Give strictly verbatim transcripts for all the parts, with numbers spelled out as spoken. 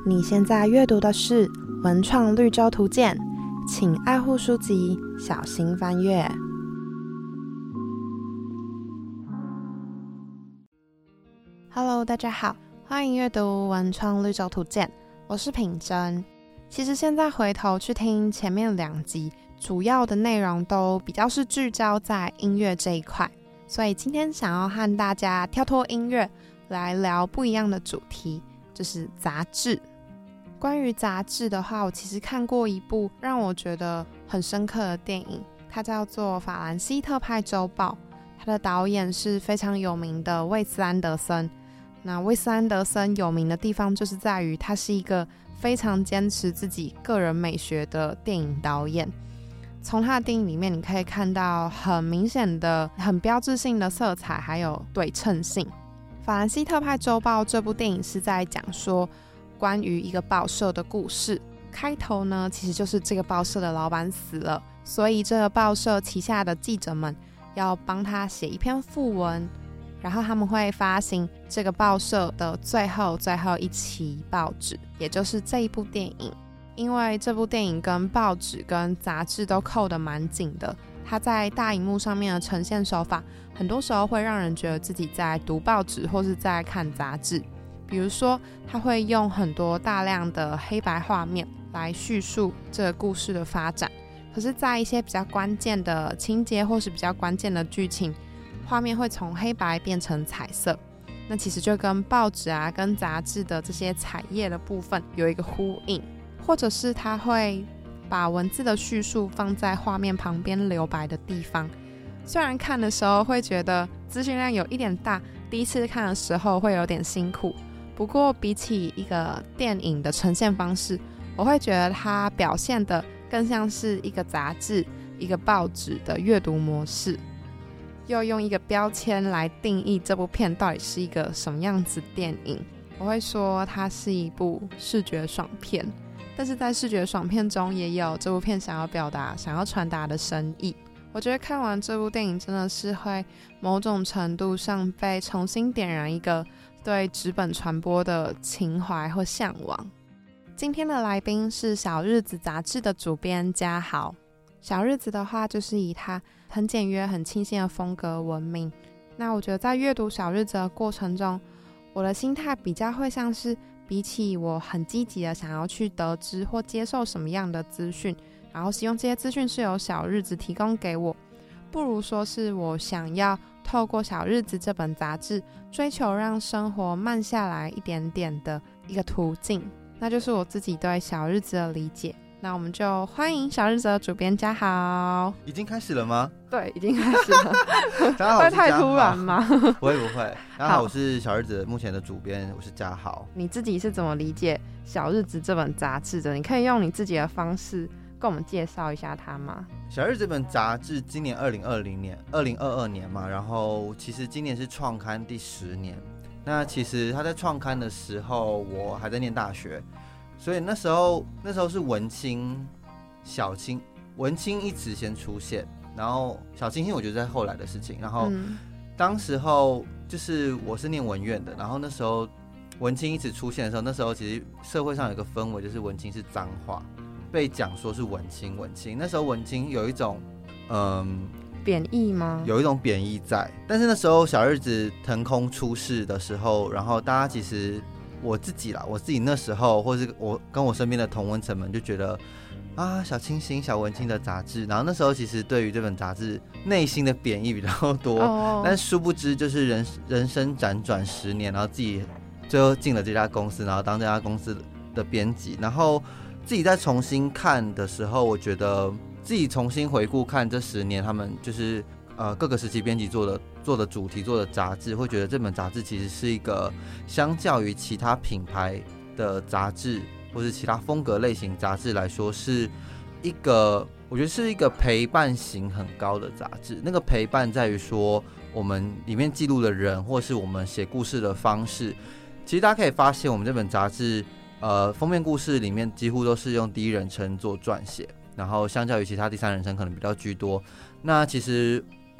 你现在阅读的是文创绿洲图鉴，请爱护书籍，小心翻阅。Hello， 大家好，欢迎阅读文创绿洲图鉴，我是品珍。其实现在回头去听前面两集，主要的内容都比较是聚焦在音乐这一块，所以今天想要和大家跳脱音乐来聊不一样的主题，就是杂志。关于杂志的话，我其实看过一部让我觉得很深刻的电影，它叫做《法兰西特派周报》，它的导演是非常有名的魏斯安德森。那魏斯安德森有名的地方就是在于他是一个非常坚持自己个人美学的电影导演。从他的电影里面你可以看到很明显的很标志性的色彩还有对称性。法兰西特派周报这部电影是在讲说关于一个报社的故事，开头呢其实就是这个报社的老板死了，所以这个报社旗下的记者们要帮他写一篇讣文，然后他们会发行这个报社的最后最后一期报纸，也就是这一部电影。因为这部电影跟报纸跟杂志都扣得蛮紧的，它在大荧幕上面的呈现手法很多时候会让人觉得自己在读报纸或是在看杂志。比如说他会用很多大量的黑白画面来叙述这个故事的发展，可是在一些比较关键的情节或是比较关键的剧情，画面会从黑白变成彩色，那其实就跟报纸啊跟杂志的这些彩页的部分有一个呼应。或者是他会把文字的叙述放在画面旁边留白的地方，虽然看的时候会觉得资讯量有一点大，第一次看的时候会有点辛苦，不过比起一个电影的呈现方式，我会觉得它表现的更像是一个杂志一个报纸的阅读模式，又用一个标签来定义这部片到底是一个什么样子的电影。我会说它是一部视觉爽片，但是在视觉爽片中也有这部片想要表达想要传达的深意。我觉得看完这部电影真的是会某种程度上被重新点燃一个对纸本传播的情怀或向往。今天的来宾是小日子杂志的主编嘉豪。小日子的话就是以他很简约很清新的风格闻名。那我觉得在阅读小日子的过程中，我的心态比较会像是比起我很积极的想要去得知或接受什么样的资讯，然后希望这些资讯是由小日子提供给我，不如说是我想要透过小日子这本杂志追求让生活慢下来一点点的一个途径。那就是我自己对小日子的理解。那我们就欢迎小日子的主编嘉豪。 已经开始了吗？ 对，已经开始了。 大家好， 会太突然吗？ 不会不会。大家好，我是小日子目前的主编，我是嘉豪。 你自己是怎么理解小日子这本杂志的？你可以用你自己的方式跟我们介绍一下它吗？ 小日子这本杂志今年二零二零年二零二二年嘛，然后其实今年是创刊第十年。那其实它在创刊的时候我还在念大学，所以那时候那时候是文青小青文青一词先出现，然后小清新我觉得在后来的事情。然后、嗯、当时候就是我是念文院的，然后那时候文青一词出现的时候，那时候其实社会上有一个氛围，就是文青是脏话，被讲说是文青文青。那时候文青有一种嗯贬义吗？ 有一种贬义在。但是那时候小日子腾空出世的时候，然后大家其实我自己啦，我自己那时候，或是我跟我身边的同温层们就觉得啊，小清新、小文青的杂志。然后那时候其实对于这本杂志内心的贬义比较多， oh. 但殊不知就是人人生辗转十年，然后自己最后进了这家公司，然后当这家公司的编辑，然后自己再重新看的时候，我觉得自己重新回顾看这十年，他们就是呃各个时期编辑做的做的主题做的杂志，会觉得这本杂志其实是一个相较于其他品牌的杂志或是其他风格类型杂志来说，是一个我觉得是一个陪伴型很高的杂志。那个陪伴在于说我们里面记录的人或是我们写故事的方式，其实大家可以发现我们这本杂志呃封面故事里面几乎都是用第一人称做撰写，然后相较于其他第三人称可能比较居多。那其实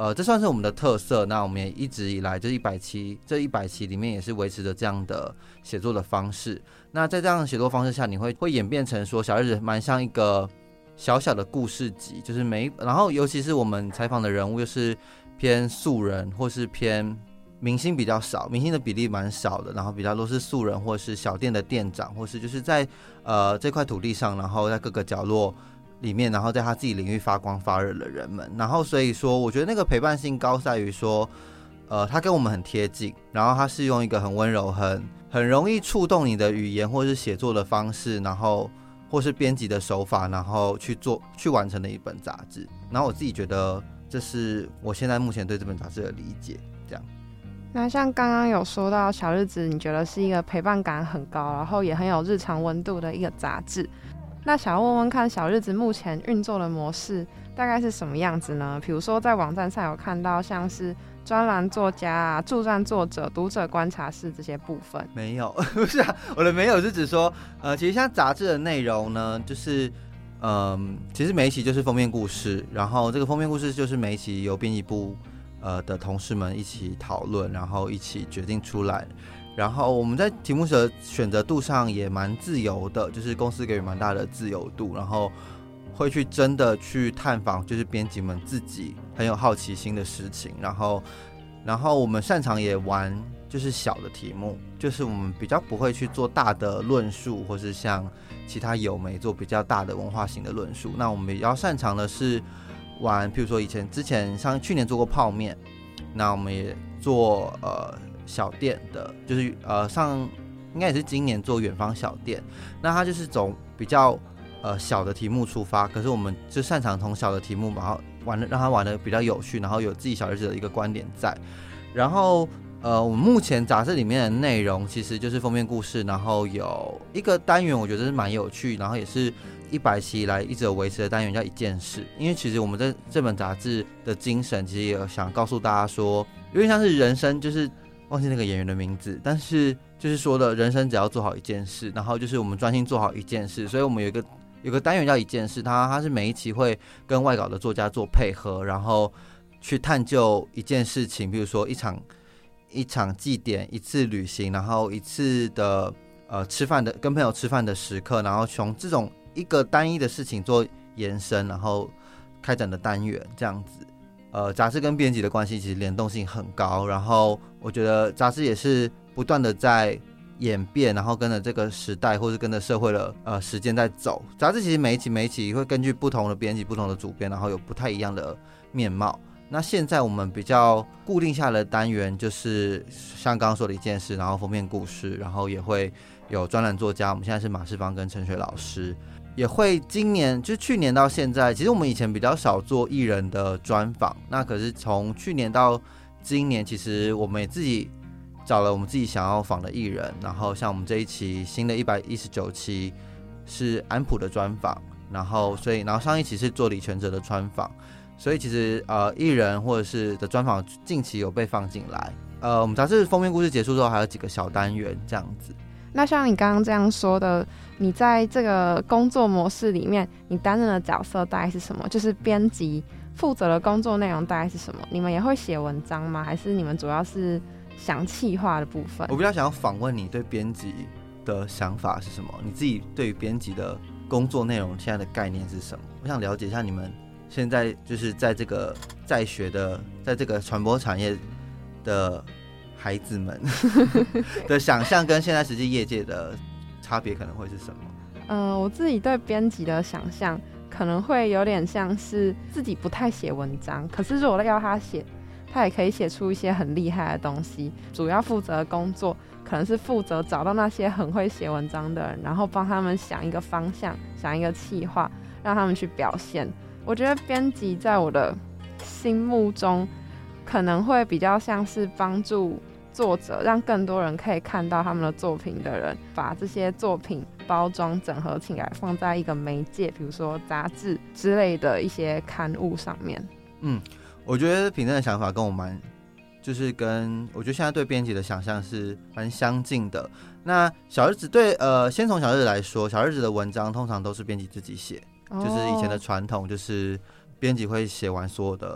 呃，这算是我们的特色。那我们也一直以来这一百期，这一百期里面也是维持着这样的写作的方式。那在这样的写作方式下，你会会演变成说，小日子蛮像一个小小的故事集，就是每，然后尤其是我们采访的人物又是偏素人，或是偏明星比较少，明星的比例蛮少的，然后比较多是素人，或是小店的店长，或是就是在呃这块土地上，然后在各个角落里面，然后在他自己领域发光发热的人们。然后所以说我觉得那个陪伴性高在于说呃他跟我们很贴近，然后他是用一个很温柔很很容易触动你的语言或是写作的方式，然后或是编辑的手法，然后去做去完成的一本杂志。然后我自己觉得这是我现在目前对这本杂志的理解。这样， 那像刚刚有说到小日子，你觉得是一个陪伴感很高，然后也很有日常温度的一个杂志。那想要问问看，小日子目前运作的模式大概是什么样子呢？比如说在网站上有看到像是专栏作家啊、驻站作者、读者观察室这些部分。 没有，不是啊，我的没有是指说，呃，其实像杂志的内容呢，就是，嗯、呃，其实每一期就是封面故事，然后这个封面故事就是每一期由编辑部呃的同事们一起讨论，然后一起决定出来。然后我们在题目的选择度上也蛮自由的，就是公司给予蛮大的自由度，然后会去真的去探访，就是编辑们自己很有好奇心的事情。然后，然后我们擅长也玩就是小的题目，就是我们比较不会去做大的论述，或是像其他友媒做比较大的文化型的论述。那我们比较擅长的是玩，譬如说以前之前像去年做过泡面，那我们也做呃。小店的，就是呃上应该也是今年做远方小店，那它就是从比较呃小的题目出发，可是我们就擅长从小的题目，然后玩的让它玩的比较有趣，然后有自己小日子的一个观点在。然后呃我们目前杂志里面的内容其实就是封面故事，然后有一个单元我觉得是蛮有趣，然后也是一百期以来一直有维持的单元叫一件事。因为其实我们在这本杂志的精神其实也有想告诉大家说，有点像是人生，就是忘记那个演员的名字，但是就是说的人生只要做好一件事，然后就是我们专心做好一件事。所以我们有一个有个单元叫一件事，它它是每一期会跟外稿的作家做配合，然后去探究一件事情，比如说一场一场祭典、一次旅行，然后一次的呃吃饭的跟朋友吃饭的时刻，然后从这种一个单一的事情做延伸，然后开展的单元这样子。呃，杂志跟编辑的关系其实联动性很高，然后我觉得杂志也是不断的在演变，然后跟着这个时代或是跟着社会的呃时间在走。杂志其实每一期每一期会根据不同的编辑、不同的主编，然后有不太一样的面貌。那现在我们比较固定下来的单元就是像刚刚说的一件事，然后封面故事，然后也会有专栏作家，我们现在是马世芳跟陈雪老师。也会今年就去年到现在，其实我们以前比较少做艺人的专访，那可是从去年到今年，其实我们也自己找了我们自己想要访的艺人，然后像我们这一期新的一百一十九期是安普的专访，然后所以然后上一期是做李全哲的专访，所以其实呃艺人或者是的专访近期有被放进来。呃，我们杂志封面故事结束之后，还有几个小单元这样子。 那像你刚刚这样说的，你在这个工作模式里面，你担任的角色大概是什么？就是编辑负责的工作内容大概是什么？你们也会写文章吗？还是你们主要是想企划的部分？ 我比较想要访问你对编辑的想法是什么？你自己对于编辑的工作内容现在的概念是什么？我想了解一下你们现在就是在这个在学的，在这个传播产业的孩子们的想象跟现在实际业界的差别可能会是什么？ 呃，我自己对编辑的想象可能会有点像是自己不太写文章，可是如果要他写，他也可以写出一些很厉害的东西。主要负责的工作可能是负责找到那些很会写文章的人，然后帮他们想一个方向，想一个企划，让他们去表现。我觉得编辑在我的心目中可能会比较像是帮助作者，让更多人可以看到他们的作品的人，把这些作品包装整合起来，放在一个媒介，比如说杂志之类的一些刊物上面。 嗯，我觉得品正的想法跟我蛮，就是跟我觉得现在对编辑的想象是蛮相近的。那小日子对呃，先从小日子来说，小日子的文章通常都是编辑自己写，哦、就是以前的传统，就是编辑会写完所有的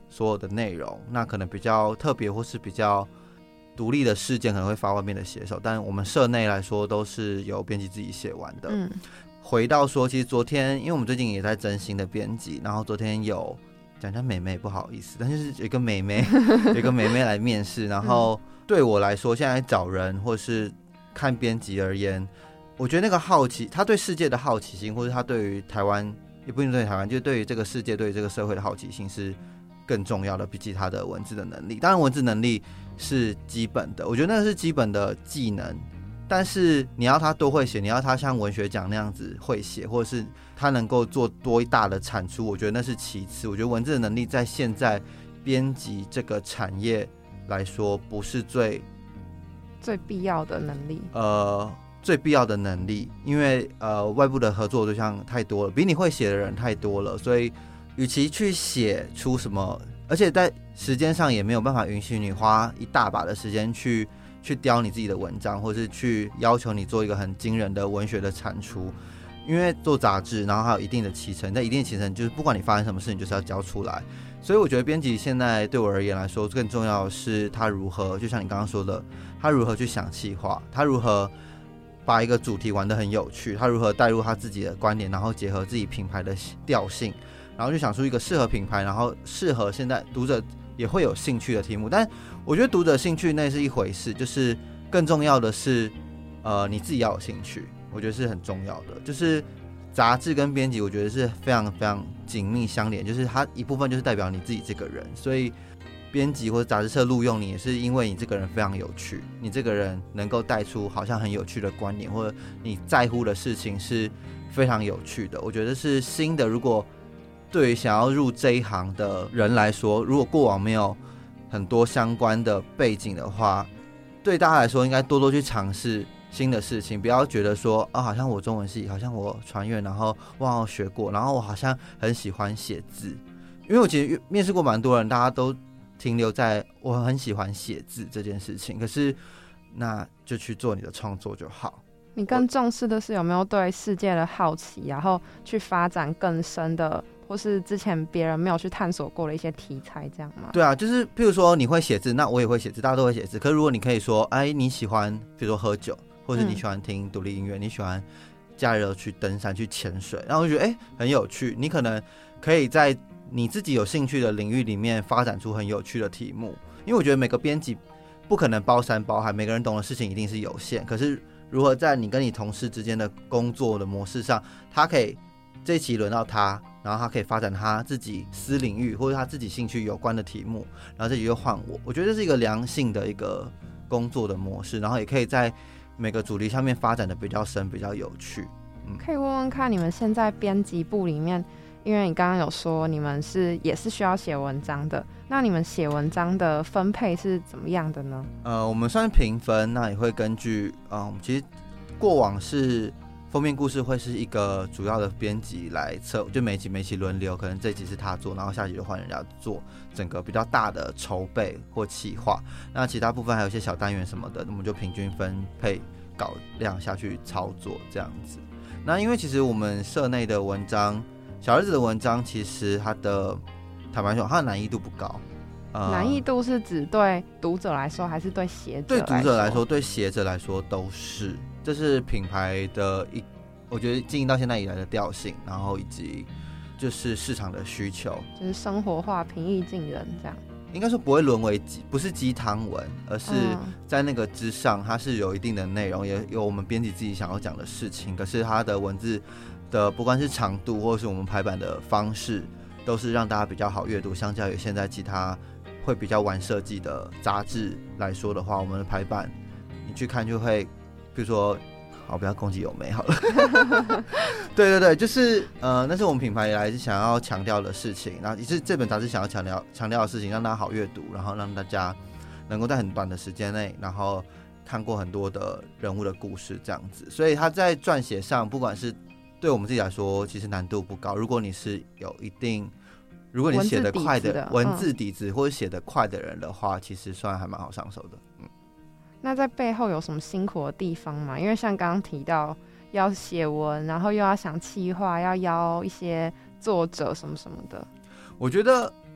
所有的内容，那可能比较特别或是比较独立的事件可能会发外面的写手，但我们社内来说都是由编辑自己写完的。嗯，回到说，其实昨天因为我们最近也在征新的编辑，然后昨天有讲讲妹妹不好意思，但就是有一个妹妹有一个妹妹来面试，然后对我来说现在找人或是看编辑而言，我觉得那个好奇，他对世界的好奇心，或者他对于台湾，也不一定对台湾，就是对于这个世界对于这个社会的好奇心是更重要的，比起他的文字的能力。当然文字能力是基本的，我觉得那是基本的技能，但是你要他多会写，你要他像文学奖那样子会写，或者是他能够做多大的产出，我觉得那是其次。我觉得文字的能力在现在编辑这个产业来说不是最最必要的能力， 呃最必要的能力，因为呃外部的合作对象太多了，比你会写的人太多了，所以与其去写出什么，而且在时间上也没有办法允许你花一大把的时间去去雕你自己的文章，或是去要求你做一个很惊人的文学的产出，因为做杂志，然后还有一定的期程，在一定的期程就是不管你发生什么事，你就是要交出来。所以我觉得编辑现在对我而言来说，更重要的是他如何，就像你刚刚说的，他如何去想企划，他如何把一个主题玩得很有趣，他如何带入他自己的观点，然后结合自己品牌的调性，然后就想出一个适合品牌，然后适合现在读者也会有兴趣的题目。但我觉得读者兴趣那是一回事，就是更重要的是，呃，你自己要有兴趣，我觉得是很重要的。就是杂志跟编辑，我觉得是非常非常紧密相连，就是它一部分就是代表你自己这个人，所以编辑或者杂志社录用你，也是因为你这个人非常有趣，你这个人能够带出好像很有趣的观点，或者你在乎的事情是非常有趣的。我觉得是新的，如果对于想要入这一行的人来说，如果过往没有很多相关的背景的话，对大家来说应该多多去尝试新的事情，不要觉得说啊，好像我中文系，好像我传阅，然后我好像学过，然后我好像很喜欢写字。因为我其实面试过蛮多人，大家都停留在我很喜欢写字这件事情，可是那就去做你的创作就好。 你更重视的是有没有对世界的好奇，然后去发展更深的，或是之前别人没有去探索过的一些题材，这样吗？ 对啊，就是譬如说你会写字，那我也会写字，大家都会写字。可是如果你可以说，哎，你喜欢比如说喝酒，或是你喜欢听独立音乐，嗯、你喜欢假日去登山、去潜水，然后我就觉得哎很有趣，你可能可以在你自己有兴趣的领域里面发展出很有趣的题目。因为我觉得每个编辑不可能包山包海，每个人懂的事情一定是有限，可是如何在你跟你同事之间的工作的模式上，他可以这一期轮到他，然后他可以发展他自己私领域或者他自己兴趣有关的题目，然后这集又换我，我觉得这是一个良性的一个工作的模式，然后也可以在每个主题上面发展的比较深，比较有趣。 嗯，可以问问看你们现在编辑部里面，因为你刚刚有说你们是也是需要写文章的，那你们写文章的分配是怎么样的呢？ 呃，我们算是评分，那也会根据，嗯，其实过往是封面故事会是一个主要的编辑来测，就每集每集轮流，可能这集是他做，然后下集就换人家做，整个比较大的筹备或企划。那其他部分还有一些小单元什么的，我们就平均分配稿量下去操作这样子。那因为其实我们社内的文章，小儿子的文章，其实它的坦白说，它的难易度不高。 呃、难易度是指对读者来说，还是对写者来说？ 对读者来说，对写者来说都是。这是品牌的一，我觉得经营到现在以来的调性，然后以及就是市场的需求， 就是生活化、平易近人这样。 应该说不会沦为鸡，不是鸡汤文，而是在那个之上，它是有一定的内容，也有我们编辑自己想要讲的事情。可是它的文字的不管是长度，或是我们排版的方式，都是让大家比较好阅读。相较于现在其他会比较晚设计的杂志来说的话，我们的排版你去看就会，比如说，好，不要攻击有美好了。对对对，就是呃，那是我们品牌以来是想要强调的事情，然后也是这本杂志想要强调强调的事情，让大家好阅读，然后让大家能够在很短的时间内，然后看过很多的人物的故事这样子。所以他在撰写上，不管是对我们自己来说，其实难度不高。如果你是有一定，如果你写得快的文字底子或者写得快的人的话，其实算还蛮好上手的。嗯。 那在背后有什么辛苦的地方吗？因为像刚刚提到要写文，然后又要想企划，要邀一些作者什么什么的。 我觉得，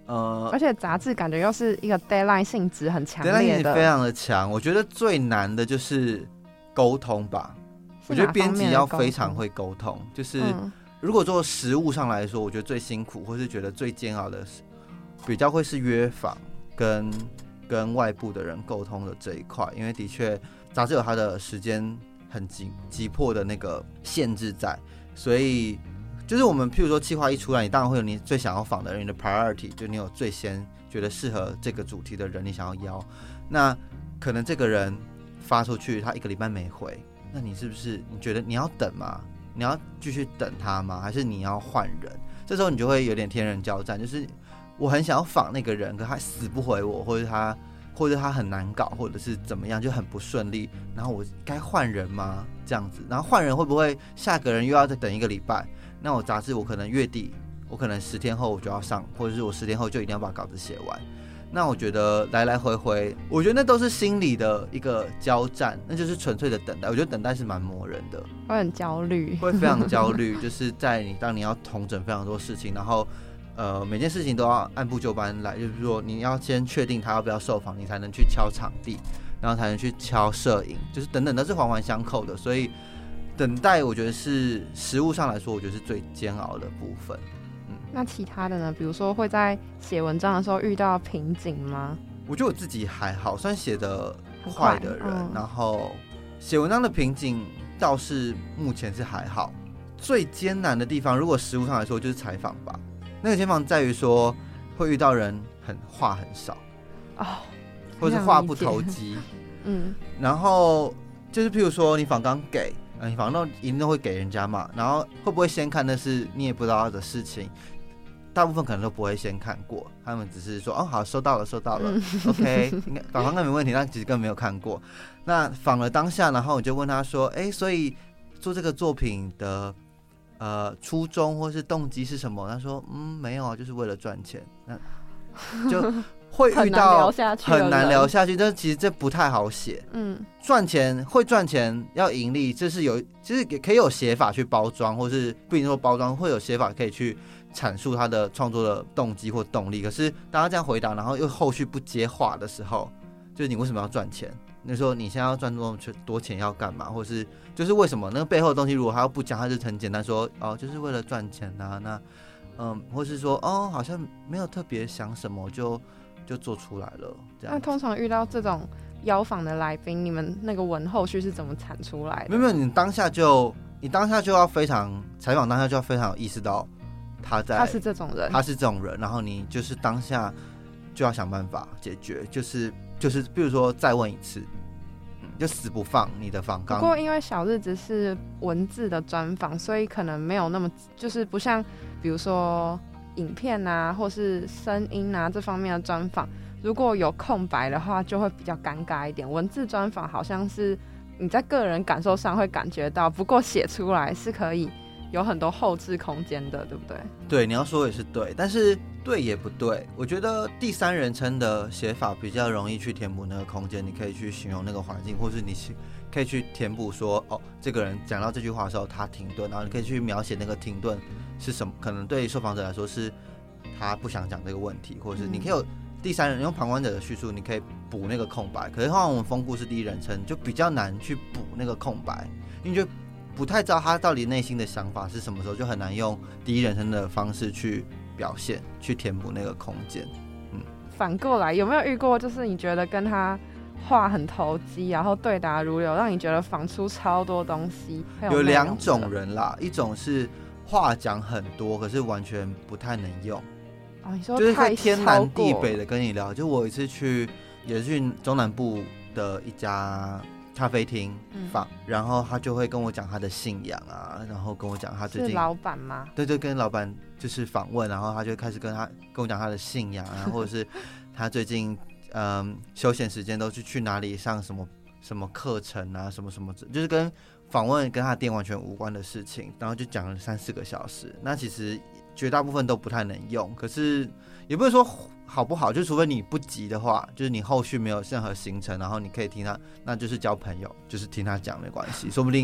呃，而且杂志感觉又是一个 deadline 性质很强烈的 deadline 性质非常的强。我觉得最难的就是沟通吧。我觉得编辑要非常会沟通，就是、嗯、如果做实务上来说，我觉得最辛苦或是觉得最煎熬的是比较会是约访跟跟外部的人沟通的这一块，因为的确杂志有它的时间很急急迫的那个限制在，所以就是我们譬如说企划一出来，你当然会有你最想要访的人，你的 priority 就你有最先觉得适合这个主题的人，你想要邀，那可能这个人发出去，他一个礼拜没回。那你是不是你觉得你要等吗？你要继续等他吗？还是你要换人？这时候你就会有点天人交战，就是我很想要访那个人，可他死不回我，或者他或者他很难搞，或者是怎么样，就很不顺利。然后我该换人吗？这样子，然后换人会不会下个人又要再等一个礼拜？那我杂志我可能月底，我可能十天后我就要上，或者是我十天后就一定要把稿子写完。那我觉得来来回回，我觉得那都是心理的一个交战，那就是纯粹的等待。我觉得等待是蛮磨人的， 会很焦虑， 会非常焦虑。就是在你当你要统整非常多事情，然后呃每件事情都要按部就班来，就是说你要先确定他要不要受访，你才能去敲场地，然后才能去敲摄影，就是等等都是环环相扣的。所以等待我觉得是实务上来说，我觉得是最煎熬的部分。 那其他的呢？比如说会在写文章的时候遇到瓶颈吗？ 我觉得我自己还好，算写得快的人，嗯、然后写文章的瓶颈倒是目前是还好。最艰难的地方，如果实务上来说，就是采访吧。那个采访在于说会遇到人很话很少哦，或是话不投机，嗯，然后就是譬如说你访纲给。你访纲一定都会给人家嘛，然后会不会先看那是你也不知道的事情，大部分可能都不会先看过，他们只是说哦好收到了收到了、嗯、OK 访纲应该没问题，但其实根本没有看过。那访了当下，然后你就问他说哎，所以做这个作品的呃初衷或是动机是什么？他说嗯没有，就是为了赚钱。那就会遇到很难聊下去，但其实这不太好写。嗯，赚钱会赚钱要盈利，这是有，其实可以有写法去包装，或是不一定说包装，会有写法可以去阐述他的创作的动机或动力。可是当他这样回答，然后又后续不接话的时候，就是你为什么要赚钱？那时候你现在要赚多多钱要干嘛？或是就是为什么那个背后的东西，如果他要不讲，他就很简单说哦，就是为了赚钱啊。那嗯，或是说哦，好像没有特别想什么就。就做出来了。这样。 那通常遇到这种邀访的来宾，你们那个文后续是怎么产出来的？ 没有没有，你当下就你当下就要非常采访当下就要非常有意识到他在他是这种人， 他是这种人，然后你就是当下就要想办法解决，就是就是比如说再问一次，就死不放你的访纲。 不过因为小日子是文字的专访，所以可能没有那么就是不像比如说。影片啊，或是声音啊这方面的专访，如果有空白的话，就会比较尴尬一点。文字专访好像是你在个人感受上会感觉到，不过写出来是可以有很多后置空间的，对不对？ 对，你要说也是对，但是对也不对。我觉得第三人称的写法比较容易去填补那个空间，你可以去形容那个环境，或是你可以去填补说，哦，这个人讲到这句话的时候他停顿，然后你可以去描写那个停顿是什么，可能对受访者来说是他不想讲这个问题，或者是你可以有第三人用旁观者的叙述，你可以补那个空白。可是通常我们风故是第一人称，就比较难去补那个空白，因为就不太知道他到底内心的想法是什么时候，就很难用第一人称的方式去表现，去填补那个空间。嗯， 反过来有没有遇过，就是你觉得跟他话很投机，然后对答如流，让你觉得访出超多东西？ 有, 有两种人啦，一种是话讲很多，可是完全不太能用。 哦，你说就是会天南地北的跟你聊。就我有一次去，也是去中南部的一家咖啡厅访、嗯，然后他就会跟我讲他的信仰啊，然后跟我讲他最近是老板吗？ 对对，跟老板就是访问，然后他就开始跟他跟我讲他的信仰啊，或者是他最近嗯休闲时间都是去哪里上什么什么课程啊，什么什么，就是跟访问跟他的店完全无关的事情，然后就讲了三四个小时。那其实绝大部分都不太能用，可是也不是说好不好，就除非你不急的话，就是你后续没有任何行程，然后你可以听他，那就是交朋友，就是听他讲没关系，说不定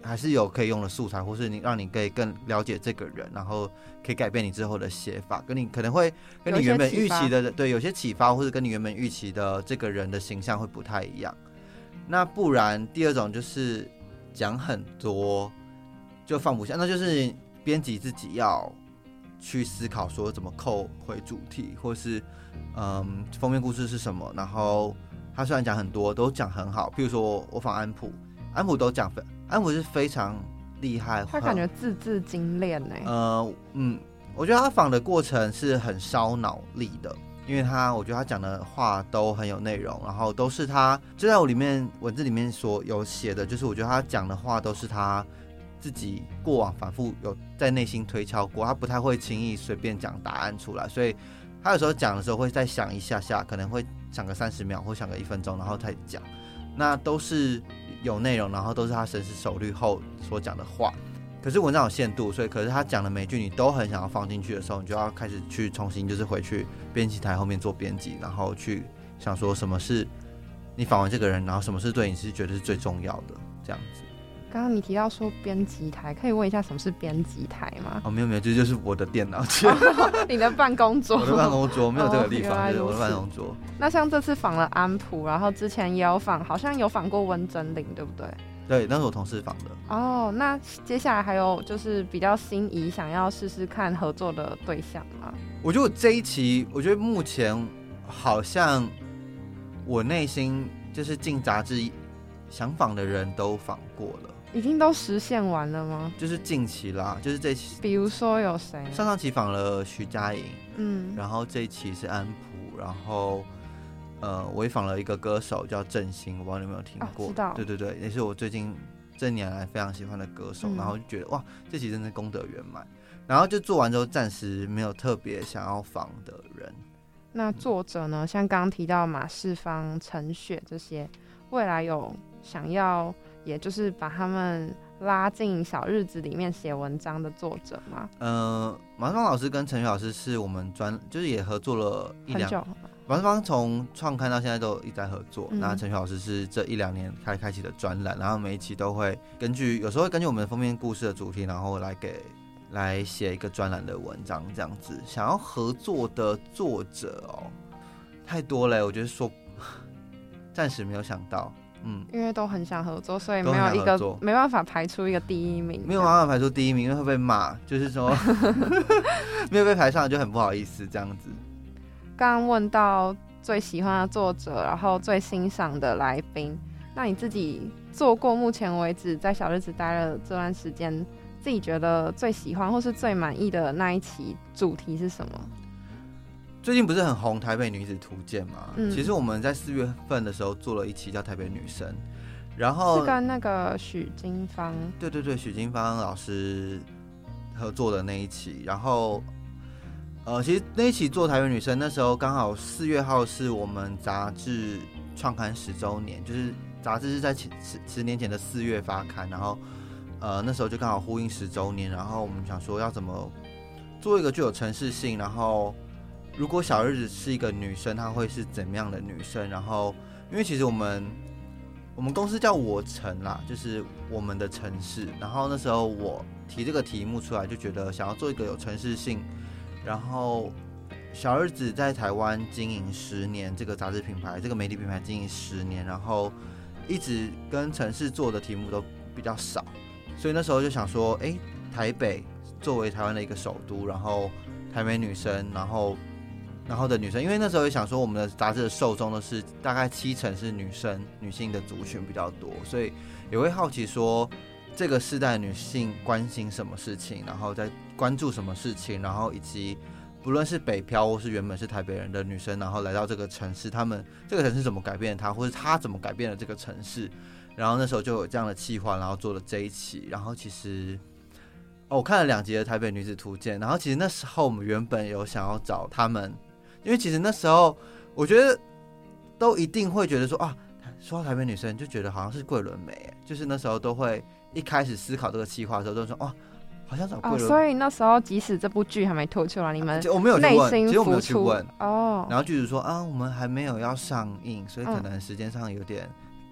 还是有可以用的素材，或是你让你可以更了解这个人，然后可以改变你之后的写法，跟你可能会跟你原本预期的对有些启发，或者跟你原本预期的这个人的形象会不太一样。那不然第二种就是讲很多就放不下，那就是编辑自己要去思考说怎么扣回主题，或是嗯封面故事是什么，然后他虽然讲很多都讲很好，譬如说我我访安普，安普都讲，安普是非常厉害， 他感觉字字精炼呢。 呃嗯，我觉得他访的过程是很烧脑力的，因为他我觉得他讲的话都很有内容，然后都是他就在我里面文字里面所有写的，就是我觉得他讲的话都是他自己过往反复有在内心推敲过，他不太会轻易随便讲答案出来，所以他有时候讲的时候会再想一下下，可能会想个三十秒或想个一分钟，然后再讲，那都是有内容，然后都是他深思熟虑后所讲的话。可是文章有限度，所以可是他讲的每句你都很想要放进去的时候，你就要开始去重新就是回去编辑台后面做编辑，然后去想说什么是你访问这个人，然后什么是对你是觉得是最重要的这样子。 刚刚你提到说编辑台，可以问一下什么是编辑台吗？ 哦，没有没有，这就是我的电脑， 哦、你的办公桌。 我的办公桌没有这个地方， 哦、 就是我的办公桌。 那像这次访了安普，然后之前也有访，好像有访过温真菱，对不对？ 对，那是我同事访的。 哦，那接下来还有就是比较心仪想要试试看合作的对象吗？ 我觉得我这一期，我觉得目前好像我内心就是进杂志想访的人都访过了。 已经都实现完了吗？ 就是近期啦，就是这期。 比如说有谁？ 上上期访了徐佳莹， 嗯， 然后这一期是安普，然后呃，我也访了一个歌手叫郑兴，我不知道你有没有听过？ 哦、知道。 对对对，也是我最近这年来非常喜欢的歌手，嗯、然后就觉得哇，这期真的功德圆满。然后就做完之后，暂时没有特别想要访的人。 那作者呢？像刚刚提到马世芳、陈雪这些，未来有想要，也就是把他们拉进小日子里面写文章的作者吗？ 呃，马世芳老师跟陈雪老师是我们专，就是也合作了一两。 很久。 马世芳从创刊到现在都一直在合作， 嗯、 那陈雪老师是这一两年开开启的专栏，然后每一期都会根据，有时候会根据我们封面故事的主题，然后来给来写一个专栏的文章，这样子。想要合作的作者哦，太多了，我觉得说暂时没有想到。嗯， 因为都很想合作，所以没有一个没办法排出一个第一名， 没有办法排出第一名，因为会被骂，就是说没有被排上就很不好意思这样子。 刚刚问到最喜欢的作者，然后最欣赏的来宾，那你自己做过目前为止在小日子待了这段时间，自己觉得最喜欢或是最满意的那一期主题是什么？ 最近不是很红台北女子图鉴吗？ 嗯、 其实我们在四月份的时候做了一期叫台北女生，然后是跟那个许金芳， 对对对，许金芳老师合作的那一期，然后呃，其实那一期做台北女生，那时候刚好四月号是我们杂志创刊十周年，就是杂志是在十十年前的四月发刊，然后呃那时候就刚好呼应十周年，然后我们想说要怎么做一个具有城市性，然后如果小日子是一个女生，她会是怎么样的女生？然后因为其实我们我们公司叫我城啦，就是我们的城市，然后那时候我提这个题目出来，就觉得想要做一个有城市性。然后小日子在台湾经营十年，这个杂志品牌，这个媒体品牌经营十年，然后一直跟城市做的题目都比较少，所以那时候就想说，哎，台北作为台湾的一个首都，然后台北女生，然后然后的女生，因为那时候也想说，我们的杂志的受众都是大概七成是女生，女性的族群比较多，所以也会好奇说，这个世代的女性关心什么事情，然后在关注什么事情，然后以及不论是北漂或是原本是台北人的女生，然后来到这个城市，她们这个城市怎么改变她，或是她怎么改变了这个城市，然后那时候就有这样的企划，然后做了这一期，然后其实哦，我看了两集的台北女子图鉴，然后其实那时候我们原本有想要找他们，因为其实那时候我觉得都一定会觉得说啊，说到台北女生就觉得好像是桂纶镁，就是那时候都会一开始思考这个企划的时候都说哦，好像找桂纶镁、 哦，所以那时候即使这部剧还没推出来，你们我没有去问， 内心其实我没有去问哦， 然后剧组说啊，我们还没有要上映，所以可能时间上有点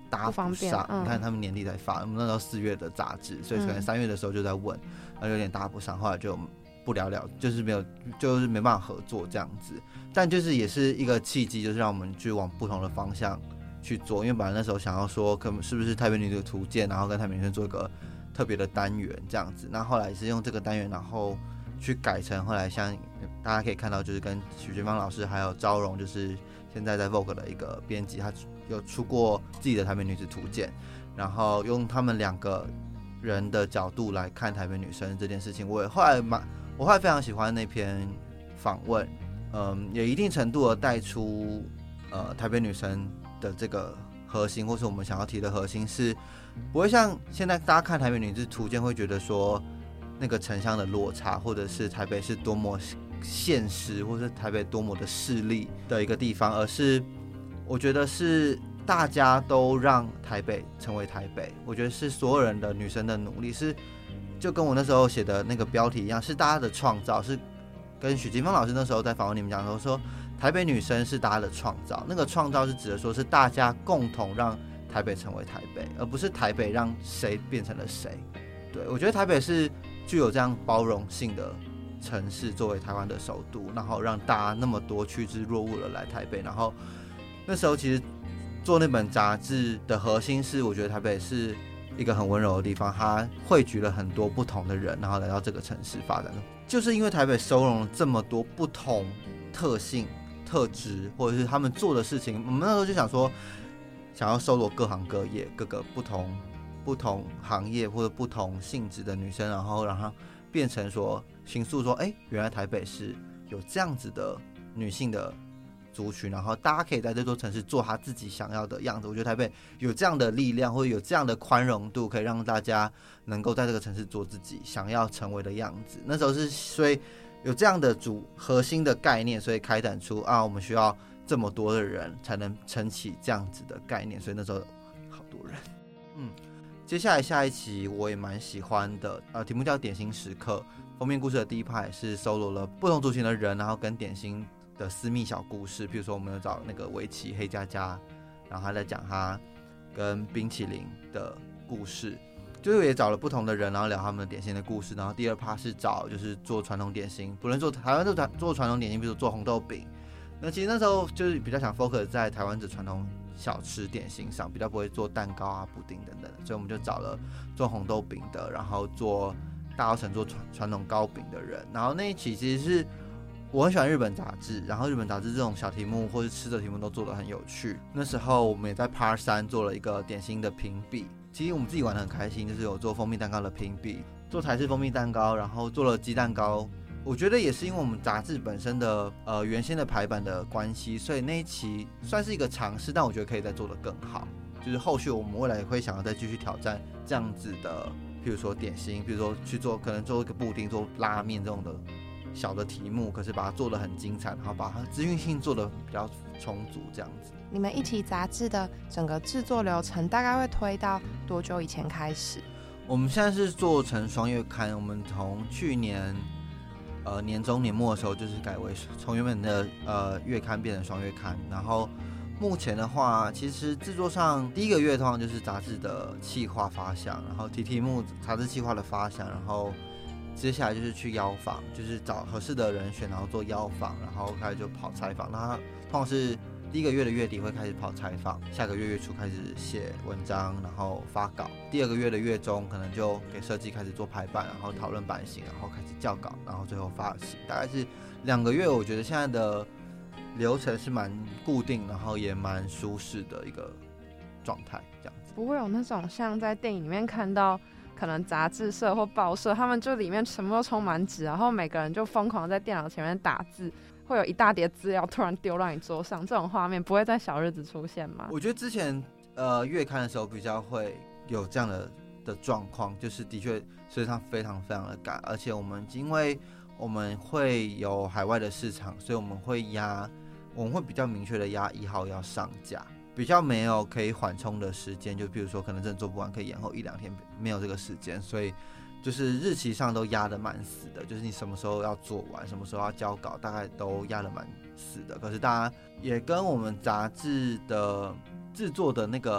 搭不上， 嗯、 你看他们年底才发，我们那时候四月的杂志，所以可能三月的时候就在问，然后有点搭不上，后来就不了了，就是没有，就是没办法合作这样子。但就是也是一个契机，就是让我们去往不同的方向去做，因为本来那时候想要说，可能是不是台北女子图鉴，然后跟台北女生做一个特别的单元这样子。那后来是用这个单元，然后去改成后来像大家可以看到，就是跟许娟芳老师还有昭荣，就是现在在 Vogue 的一个编辑，他有出过自己的台北女子图鉴，然后用他们两个人的角度来看台北女生这件事情。我也后来蛮，我后来非常喜欢那篇访问，嗯，也一定程度的带出呃台北女生的这个核心，或是我们想要提的核心，是不会像现在大家看台北女子图鉴会觉得说那个城乡的落差，或者是台北是多么现实，或是台北多么的势利的一个地方，而是我觉得是大家都让台北成为台北。我觉得是所有人的女生的努力，是就跟我那时候写的那个标题一样，是大家的创造，是跟许金芳老师那时候在访问你们讲说说台北女生是大家的创造，那个创造是指的说是大家共同让台北成为台北，而不是台北让谁变成了谁。对，我觉得台北是具有这样包容性的城市，作为台湾的首都，然后让大家那么多趋之若鹜的来台北。然后那时候其实做那本杂志的核心是，我觉得台北是一个很温柔的地方，它汇聚了很多不同的人，然后来到这个城市发展。就是因为台北收容了这么多不同特性、特质，或者是他们做的事情，我们那时候就想说，想要收罗各行各业、各个不同不同行业或者不同性质的女生，然后让它变成说形塑说，哎，原来台北是有这样子的女性的族群，然后大家可以在这座城市做她自己想要的样子。我觉得台北有这样的力量，或者有这样的宽容度，可以让大家能够在这个城市做自己想要成为的样子。那时候是所以有这样的主核心的概念，所以开展出啊，我们需要这么多的人才能撑起这样子的概念。所以那时候好多人，嗯。接下来下一期我也蛮喜欢的，呃，题目叫点心时刻。封面故事的第一派是收录了不同族群的人，然后跟点心的私密小故事。比如说我们有找那个围棋黑佳佳，然后他在讲他跟冰淇淋的故事，就是也找了不同的人，然后聊他们的点心的故事。然后第二趴是找就是做传统点心，不论做台湾做做传统点心，比如说做红豆饼。那其实那时候就是比较想 focus 在台湾的传统小吃点心上，比较不会做蛋糕啊、布丁等等，所以我们就找了做红豆饼的，然后做大稻埕做传统糕饼的人。然后那一期其实是我很喜欢日本杂志，然后日本杂志这种小题目或是吃的题目都做得很有趣。那时候我们也在 Part 三做了一个点心的评比，其实我们自己玩得很开心，就是有做蜂蜜蛋糕的评比，做台式蜂蜜蛋糕，然后做了鸡蛋糕。我觉得也是因为我们杂志本身的呃原先的排版的关系，所以那一期算是一个尝试，但我觉得可以再做得更好。就是后续我们未来会想要再继续挑战这样子的，譬如说点心，譬如说去做可能做一个布丁、做拉面这种的小的题目，可是把它做得很精彩，然后把它资讯性做得比较充足，这样子。 你们一期杂志的整个制作流程大概会推到多久以前开始？ 我们现在是做成双月刊，我们从去年。呃，年中年末的时候，就是改为从原本的呃月刊变成双月刊。然后目前的话，其实制作上第一个月通常就是杂志的企划发想，然后提题目、杂志企划的发想，然后接下来就是去邀访，就是找合适的人选，然后做邀访，然后开始就跑采访。那通常是第一个月的月底会开始跑采访，下个月月初开始写文章，然后发稿。第二个月的月中可能就给设计开始做排版，然后讨论版型，然后开始校稿，然后最后发行。大概是两个月，我觉得现在的流程是蛮固定，然后也蛮舒适的一个状态，这样子。 不会有那种像在电影里面看到，可能杂志社或报社，他们就里面全部都充满纸，然后每个人就疯狂在电脑前面打字。会有一大叠资料突然丢到你桌上，这种画面不会在小日子出现吗？ 我觉得之前呃月刊的时候比较会有这样的的状况，就是的确实际上非常非常的赶，而且我们因为我们会有海外的市场，所以我们会压，我们会比较明确的压一号要上架，比较没有可以缓冲的时间，就比如说可能真的做不完，可以延后一两天，没有这个时间，所以。就是日期上都压得蛮死的，就是你什么时候要做完，什么时候要交稿，大概都压得蛮死的。可是大家也跟我们杂志的制作的那个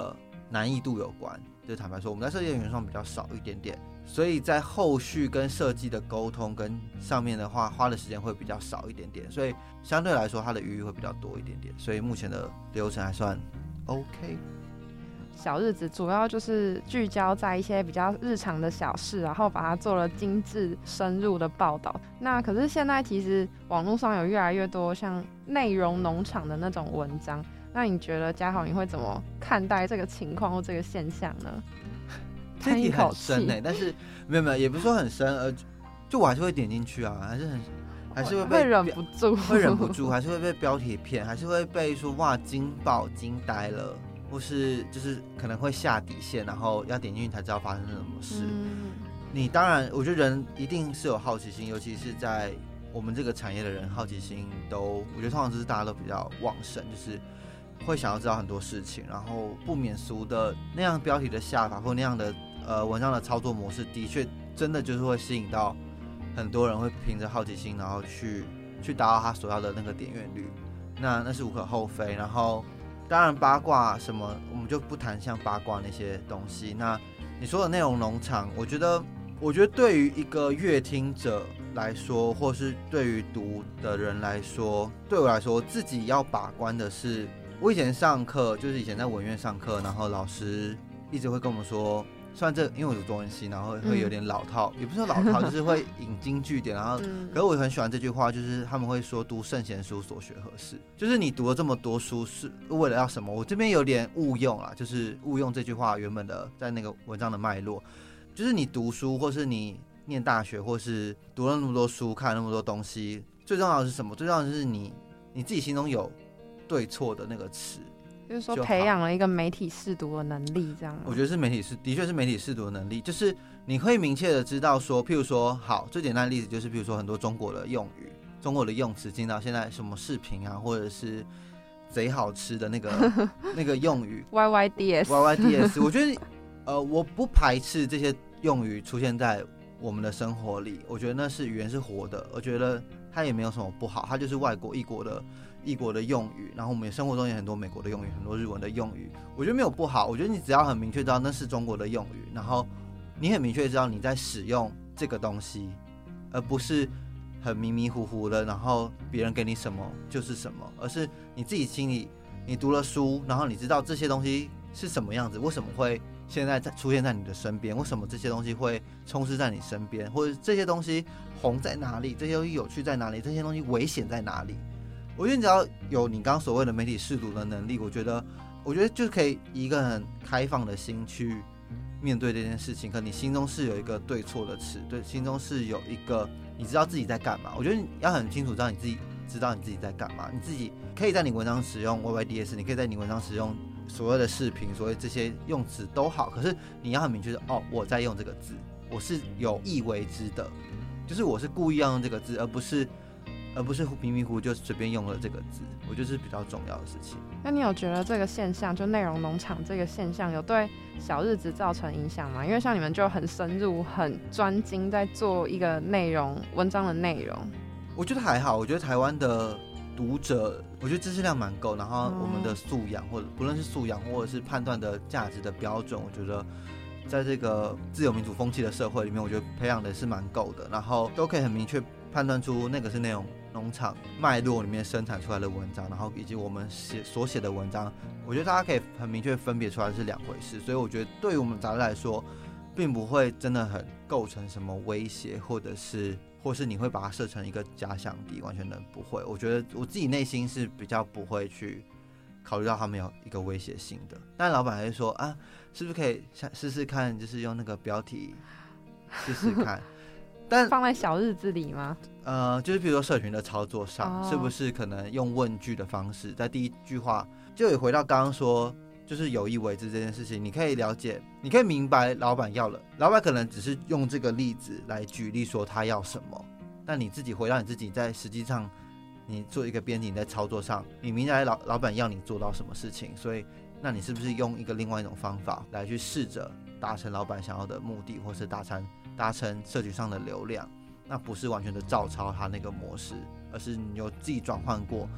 难易度有关。就坦白说，我们在设计的原创比较少一点点，所以在后续跟设计的沟通跟上面的话，花的时间会比较少一点点，所以相对来说它的余裕会比较多一点点，所以目前的流程还算 OK。 小日子主要就是聚焦在一些比较日常的小事，然后把它做了精致深入的报道。那可是现在其实网络上有越来越多像内容农场的那种文章，那你觉得嘉豪你会怎么看待这个情况或这个现象呢？ 这题很深欸，但是没有没有，也不是说很深，呃，就我还是会点进去啊，还是很还是会被会忍不住， 会忍不住，还是会被标题骗，还是会被说哇惊爆惊呆了。或是就是可能会下底线，然后要点进去才知道发生了什么事。嗯、你当然，我觉得人一定是有好奇心，尤其是在我们这个产业的人，好奇心都，我觉得通常就是大家都比较旺盛，就是会想要知道很多事情，然后不免俗的那样标题的下法或那样的呃文章的操作模式，的确真的就是会吸引到很多人会凭着好奇心，然后去去达到他所要的那个点阅率，那那是无可厚非，然后。当然八卦什么我们就不谈像八卦那些东西。那你说的内容农场，我觉得我觉得对于一个阅听者来说，或是对于读的人来说，对我来说自己要把关的是，我以前上课就是以前在文院上课，然后老师一直会跟我们说，虽然这因为我读中文系，然后会有点老套，嗯、也不是说老套，就是会引经据典，然后、嗯、可是我很喜欢这句话，就是他们会说读圣贤书所学何事，就是你读了这么多书是为了要什么？我这边有点误用啦，就是误用这句话原本的在那个文章的脉络，就是你读书或是你念大学或是读了那么多书，看了那么多东西，最重要的是什么？最重要的是你你自己心中有对错的那个词。 就是说培养了一个媒体识读的能力，这样吗？ 我觉得是媒体识，的确是媒体识读的能力，就是你会明确的知道说，譬如说，好，最简单的例子就是，譬如说很多中国的用语、中国的用词，进到现在什么视频啊，或者是贼好吃的那个那个用语 ，Y Y D S，Y Y D S， 我觉得，呃，我不排斥这些用语出现在我们的生活里，我觉得那是语言是活的，我觉得它也没有什么不好，它就是外国异国的。异国的用语，然后我们生活中也很多美国的用语，很多日文的用语，我觉得没有不好。我觉得你只要很明确知道那是中国的用语，然后你很明确知道你在使用这个东西，而不是很迷迷糊糊的，然后别人给你什么就是什么，而是你自己心里你读了书，然后你知道这些东西是什么样子，为什么会现在出现在你的身边，为什么这些东西会充斥在你身边，或者这些东西红在哪里，这些东西有趣在哪里，这些东西危险在哪里。我觉得你只要有你刚刚所谓的媒体识读的能力，我觉得，我觉得就可以以一个很开放的心去面对这件事情。可你心中是有一个对错的词，对，心中是有一个你知道自己在干嘛。我觉得你要很清楚知道你自己知道你自己在干嘛。你自己可以在你文章使用 Y Y D S， 你可以在你文章使用所谓的视频，所谓这些用词都好。可是你要很明确的哦，我在用这个字，我是有意为之的，就是我是故意要用这个字，而不是。而不是迷迷糊糊就随便用了这个字，我觉得是比较重要的事情。 那你有觉得这个现象，就内容农场这个现象，有对小日子造成影响吗？因为像你们就很深入、很专精在做一个内容文章的内容。 我觉得还好，我觉得台湾的读者，我觉得知识量蛮够，然后我们的素养，或者不论是素养或者是判断的价值的标准，我觉得。在这个自由民主风气的社会里面，我觉得培养的是蛮够的，然后都可以很明确判断出那个是内容农场脉络里面生产出来的文章，然后以及我们写所写的文章，我觉得大家可以很明确分别出来是两回事，所以我觉得对于我们杂志来说，并不会真的很构成什么威胁，或者是或是你会把它设成一个假想敌，完全的不会。我觉得我自己内心是比较不会去考虑到他们有一个威胁性的，但老板还是说啊，是不是可以试试看，就是用那个标题试试看，但放在小日子里吗？ 呃，就是比如说社群的操作上， oh. 是不是可能用问句的方式，在第一句话就也回到刚刚说，就是有意为之这件事情，你可以了解，你可以明白老板要了，老板可能只是用这个例子来举例说他要什么，但你自己回到你自己在实际上。你做一个编辑，你在操作上，你明白 老, 老板要你做到什么事情，所以那你是不是用一个另外一种方法来去试着达成老板想要的目的，或是达成达成社群上的流量？那不是完全的照抄他那个模式，而是你有自己转换过，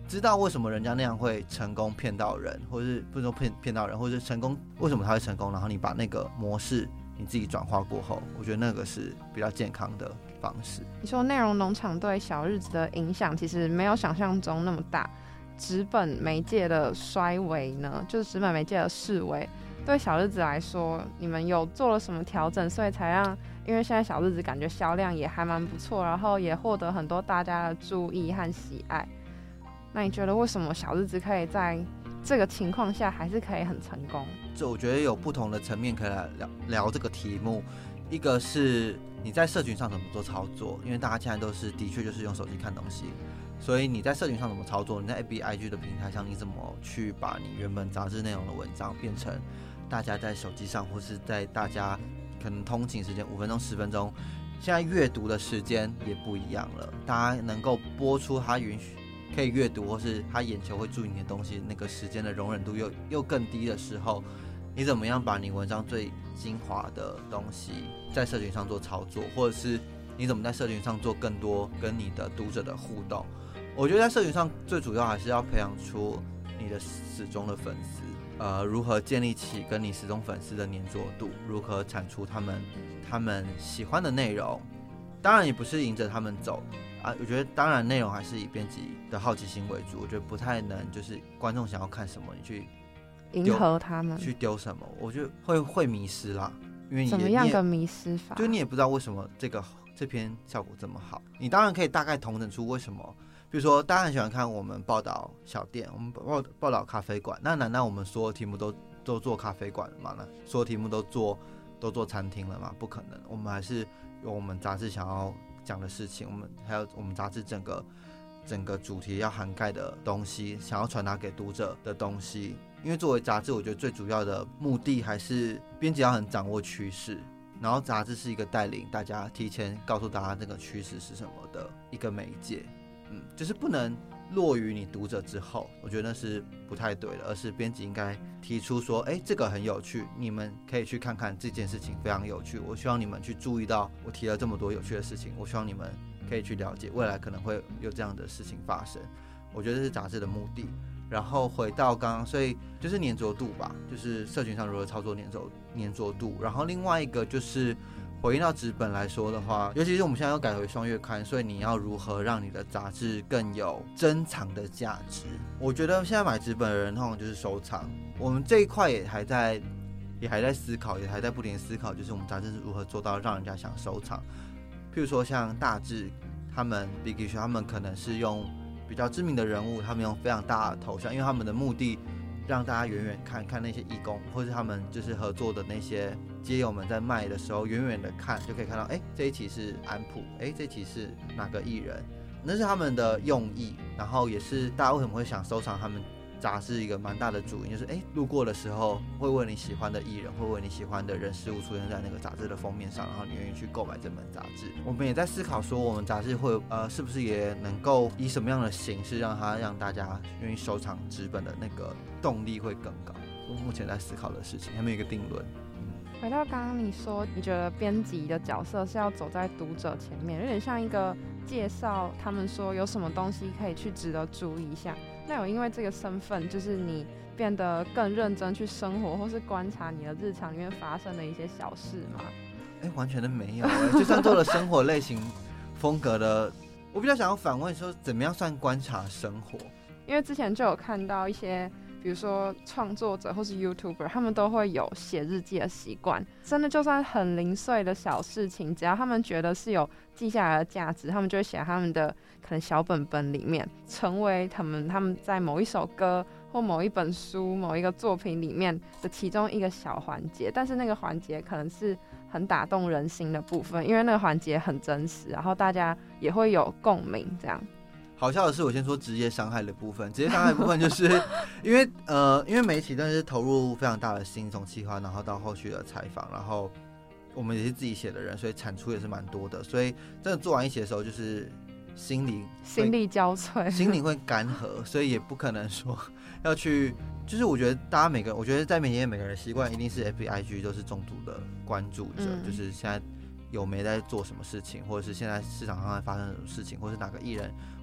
知道为什么人家那样会成功骗到人，或是不是说骗骗到人，或是成功为什么他会成功，然后你把那个模式你自己转化过后，我觉得那个是比较健康的方式。 你说内容农场对小日子的影响其实没有想象中那么大，纸本媒介的衰微呢，就是纸本媒介的式微，对小日子来说，你们有做了什么调整，所以才让，因为现在小日子感觉销量也还蛮不错，然后也获得很多大家的注意和喜爱。那你觉得为什么小日子可以在这个情况下还是可以很成功？ 这我觉得有不同的层面可以来 聊, 聊这个题目。一个是你在社群上怎么做操作，因为大家现在都是的确就是用手机看东西，所以你在社群上怎么操作，你在 F B、I G 的平台上你怎么去把你原本杂志内容的文章变成大家在手机上，或是在大家可能通勤时间五分钟十分钟，现在阅读的时间也不一样了，大家能够播出它允许可以阅读，或是他眼球会注意你的东西，那个时间的容忍度 又, 又更低的时候，你怎么样把你文章最精华的东西在社群上做操作，或者是你怎么在社群上做更多跟你的读者的互动？我觉得在社群上最主要还是要培养出你的始终的粉丝，呃，如何建立起跟你始终粉丝的黏着度，如何产出他们他们喜欢的内容，当然也不是迎着他们走。啊，我觉得当然内容还是以编辑的好奇心为主，我觉得不太能就是观众想要看什么你去迎合他们去丢什么，我觉得会会迷失啦。因为你怎么样个迷失法？ 就你也不知道为什么这个这篇效果这么好，你当然可以大概统整出为什么。比如说大家很喜欢看我们报道小店，我们 报, 报道咖啡馆，那难道我们所有题目都都做咖啡馆了吗？那所有题目都做都做餐厅了吗？不可能，我们还是有我们杂志想要讲的事情，我们还有我们杂志整个整个主题要涵盖的东西，想要传达给读者的东西。因为作为杂志，我觉得最主要的目的还是编辑要很掌握趋势，然后杂志是一个带领大家提前告诉大家这个趋势是什么的一个媒介。嗯，就是不能落于你读者之后，我觉得那是不太对的，而是编辑应该提出说，哎，这个很有趣，你们可以去看看这件事情非常有趣，我希望你们去注意到我提了这么多有趣的事情，我希望你们可以去了解未来可能会有这样的事情发生。我觉得这是杂志的目的。然后回到刚刚，所以就是黏着度吧，就是社群上如何操作黏着黏着度。然后另外一个就是回应到纸本来说的话，尤其是我们现在要改回双月刊，所以你要如何让你的杂志更有珍藏的价值？我觉得现在买纸本的人通常就是收藏，我们这一块也还在也还在思考，也还在不停思考，就是我们杂志是如何做到让人家想收藏。譬如说像大志他们 Big Issue 他们可能是用比较知名的人物，他们用非常大的头像，因为他们的目的让大家远远看看那些义工，或是他们就是合作的那些街友们在卖的时候，远远的看就可以看到，哎，这一期是安普，哎，这一期是哪个艺人，那是他们的用意，然后也是大家为什么会想收藏他们杂志一个蛮大的主因，就是哎，路过的时候会为你喜欢的艺人，会为你喜欢的人事物出现在那个杂志的封面上，然后你愿意去购买这本杂志。我们也在思考说，我们杂志会呃是不是也能够以什么样的形式让它让大家愿意收藏纸本的那个动力会更高。我目前在思考的事情还没有一个定论。 回到刚刚你说，你觉得编辑的角色是要走在读者前面，有点像一个介绍他们说有什么东西可以去值得注意一下。那有因为这个身份，就是你变得更认真去生活，或是观察你的日常里面发生的一些小事吗？ 哎，完全都没有哎，就算做了生活类型风格的，我比较想要反问说，怎么样算观察生活？ 因为之前就有看到一些，比如说创作者或是 YouTuber， 他们都会有写日记的习惯。真的就算很零碎的小事情，只要他们觉得是有记下来的价值，他们就会写在他们的可能小本本里面，成为他们他们在某一首歌或某一本书、某一个作品里面的其中一个小环节。但是那个环节可能是很打动人心的部分，因为那个环节很真实，然后大家也会有共鸣，这样。 好笑的是，我先说职业伤害的部分。职业伤害的部分就是因为呃，因为媒体真的是投入非常大的心，从企划然后到后续的采访，然后我们也是自己写的人，所以产出也是蛮多的。所以真的做完一期的时候，就是心里心力交瘁， 心里会干涸，所以也不可能说要去。就是我觉得大家每个，我觉得在媒体业每个人习惯一定是 F B I G 都是重度的关注者，嗯、就是现在有没在做什么事情，或者是现在市场上在发生什么事情，或是哪个艺人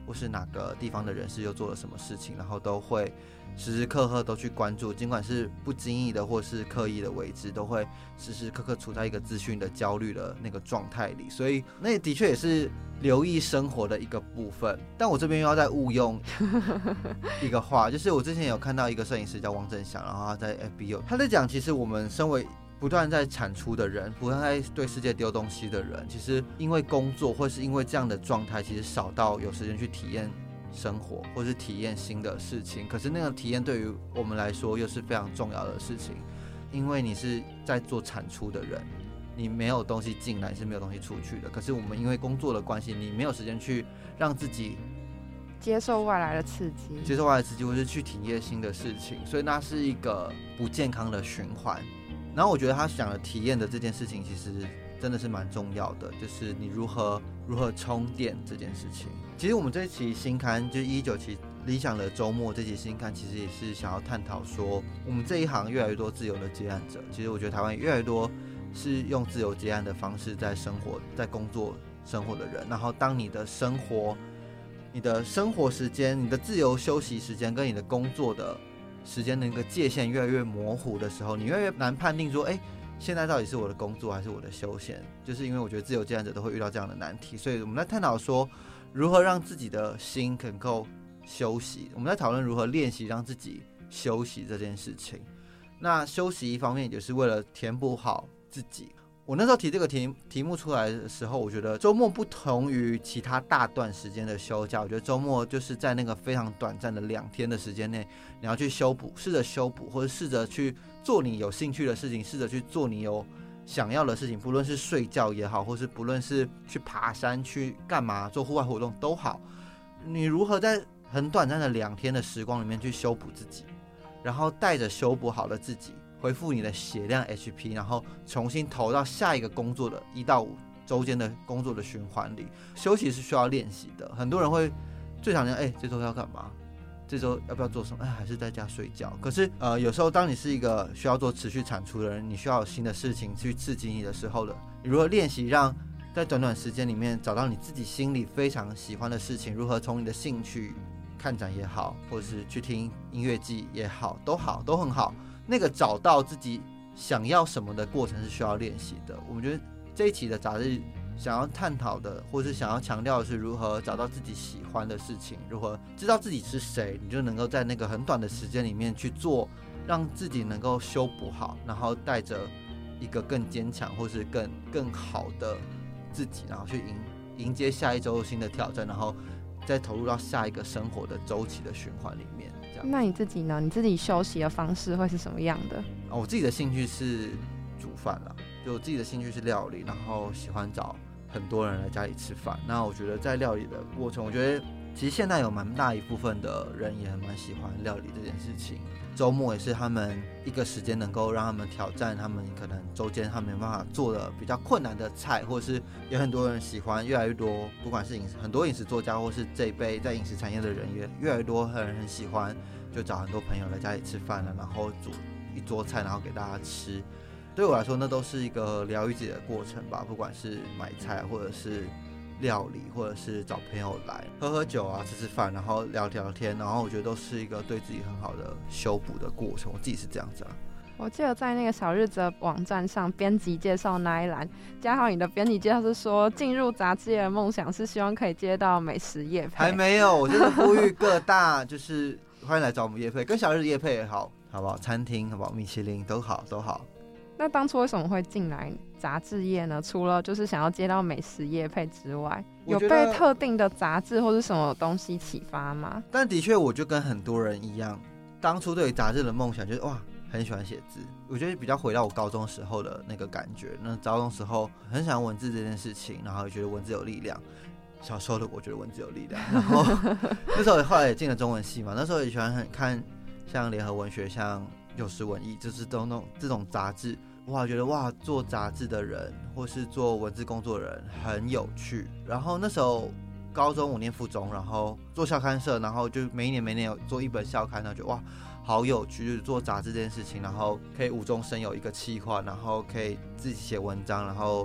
或是哪个地方的人士又做了什么事情，然后都会时时刻刻都去关注，尽管是不经意的或是刻意的为之，都会时时刻刻处在一个资讯的焦虑的那个状态里，所以那的确也是留意生活的一个部分。但我这边又要再误用一个话，就是我之前有看到一个摄影师叫汪正祥，然后他在 F B 有他在讲，其实我们身为不断在产出的人，不断在对世界丢东西的人，其实因为工作或是因为这样的状态，其实少到有时间去体验生活或是体验新的事情。可是那个体验对于我们来说又是非常重要的事情，因为你是在做产出的人，你没有东西进来是没有东西出去的。可是我们因为工作的关系，你没有时间去让自己接受外来的刺激， 接受外来的刺激，或是去体验新的事情，所以那是一个不健康的循环。然后我觉得他讲的体验的这件事情，其实真的是蛮重要的，就是你如何如何充电这件事情。其实我们这一期新刊就是一一九期理想的周末这期新刊，其实也是想要探讨说，我们这一行越来越多自由的接案者，其实我觉得台湾越来越多是用自由接案的方式在生活、在工作、生活的人。然后当你的生活、你的生活时间、你的自由休息时间跟你的工作的时间的那个界限越来越模糊的时候，你越来越难判定说，哎，现在到底是我的工作还是我的休闲？就是因为我觉得自由接案者都会遇到这样的难题，所以我们在探讨说，如何让自己的心能够休息。我们在讨论如何练习让自己休息这件事情。那休息一方面也就是为了填补好自己。我那时候提这个 题, 题目出来的时候，我觉得周末不同于其他大段时间的休假，我觉得周末就是在那个非常短暂的两天的时间内，你要去修补，试着修补，或者试着去做你有兴趣的事情，试着去做你有想要的事情，不论是睡觉也好，或是不论是去爬山、去干嘛、做户外活动都好。你如何在很短暂的两天的时光里面去修补自己，然后带着修补好的自己恢复你的血量 H P， 然后重新投到下一个工作的一到五周间的工作的循环里。休息是需要练习的，很多人会最常讲，哎，这周要干嘛？这周要不要做什么？哎，还是在家睡觉。可是，呃，有时候当你是一个需要做持续产出的人，你需要有新的事情去刺激你的时候的，你如何练习让在短短时间里面找到你自己心里非常喜欢的事情？如何从你的兴趣看展也好，或者是去听音乐季也好，都好，都很好。那个找到自己想要什么的过程是需要练习的。我们觉得这一期的杂志想要探讨的，或是想要强调的是如何找到自己喜欢的事情，如何知道自己是谁，你就能够在那个很短的时间里面去做，让自己能够修补好，然后带着一个更坚强或是更更好的自己，然后去 迎, 迎接下一周新的挑战，然后再投入到下一个生活的周期的循环里面。 那你自己呢？你自己休息的方式会是什么样的？ 哦，我自己的兴趣是煮饭啦，就我自己的兴趣是料理，然后喜欢找很多人来家里吃饭。那我觉得在料理的过程，我觉得其实现在有蛮大一部分的人也很蛮喜欢料理这件事情。周末也是他们一个时间能够让他们挑战他们可能周间他们没办法做的比较困难的菜，或者是有很多人喜欢，越来越多不管是饮食很多饮食作家或是这一辈在饮食产业的人也越来越多人很喜欢，就找很多朋友来家里吃饭了，然后煮一桌菜然后给大家吃。对我来说那都是一个疗愈自己的过程吧，不管是买菜或者是料理，或者是找朋友来喝喝酒啊，吃吃饭，然后聊聊天，然后我觉得都是一个对自己很好的修补的过程。我自己是这样子啊。 我记得在那个小日子的网站上，编辑介绍那一栏，嘉豪你的编辑介绍是说，进入杂志业的梦想是希望可以接到美食业配。 还没有，我真的呼吁各大就是欢迎来找我们业配，跟小日子业配也好，好不好？餐厅好不好？米其林都好，都好。 那当初为什么会进来杂志业呢？除了就是想要接到美食业配之外，有被特定的杂志或是什么东西启发吗？ 但的确，我就跟很多人一样，当初对于杂志的梦想就是哇，很喜欢写字。我觉得比较回到我高中时候的那个感觉。那高中时候很想文字这件事情，然后觉得文字有力量。小时候的我觉得文字有力量，然后那时候后来也进了中文系嘛，那时候也喜欢看像联合文学、像有时文艺，就是都那种这种杂志。哇，觉得哇，做杂志的人或是做文字工作的人很有趣。然后那时候高中我念附中，然后做校刊社，然后就每一年每一年有做一本校刊，然后就哇，好有趣，就是做杂志这件事情，然后可以无中生有一个企划，然后可以自己写文章，然后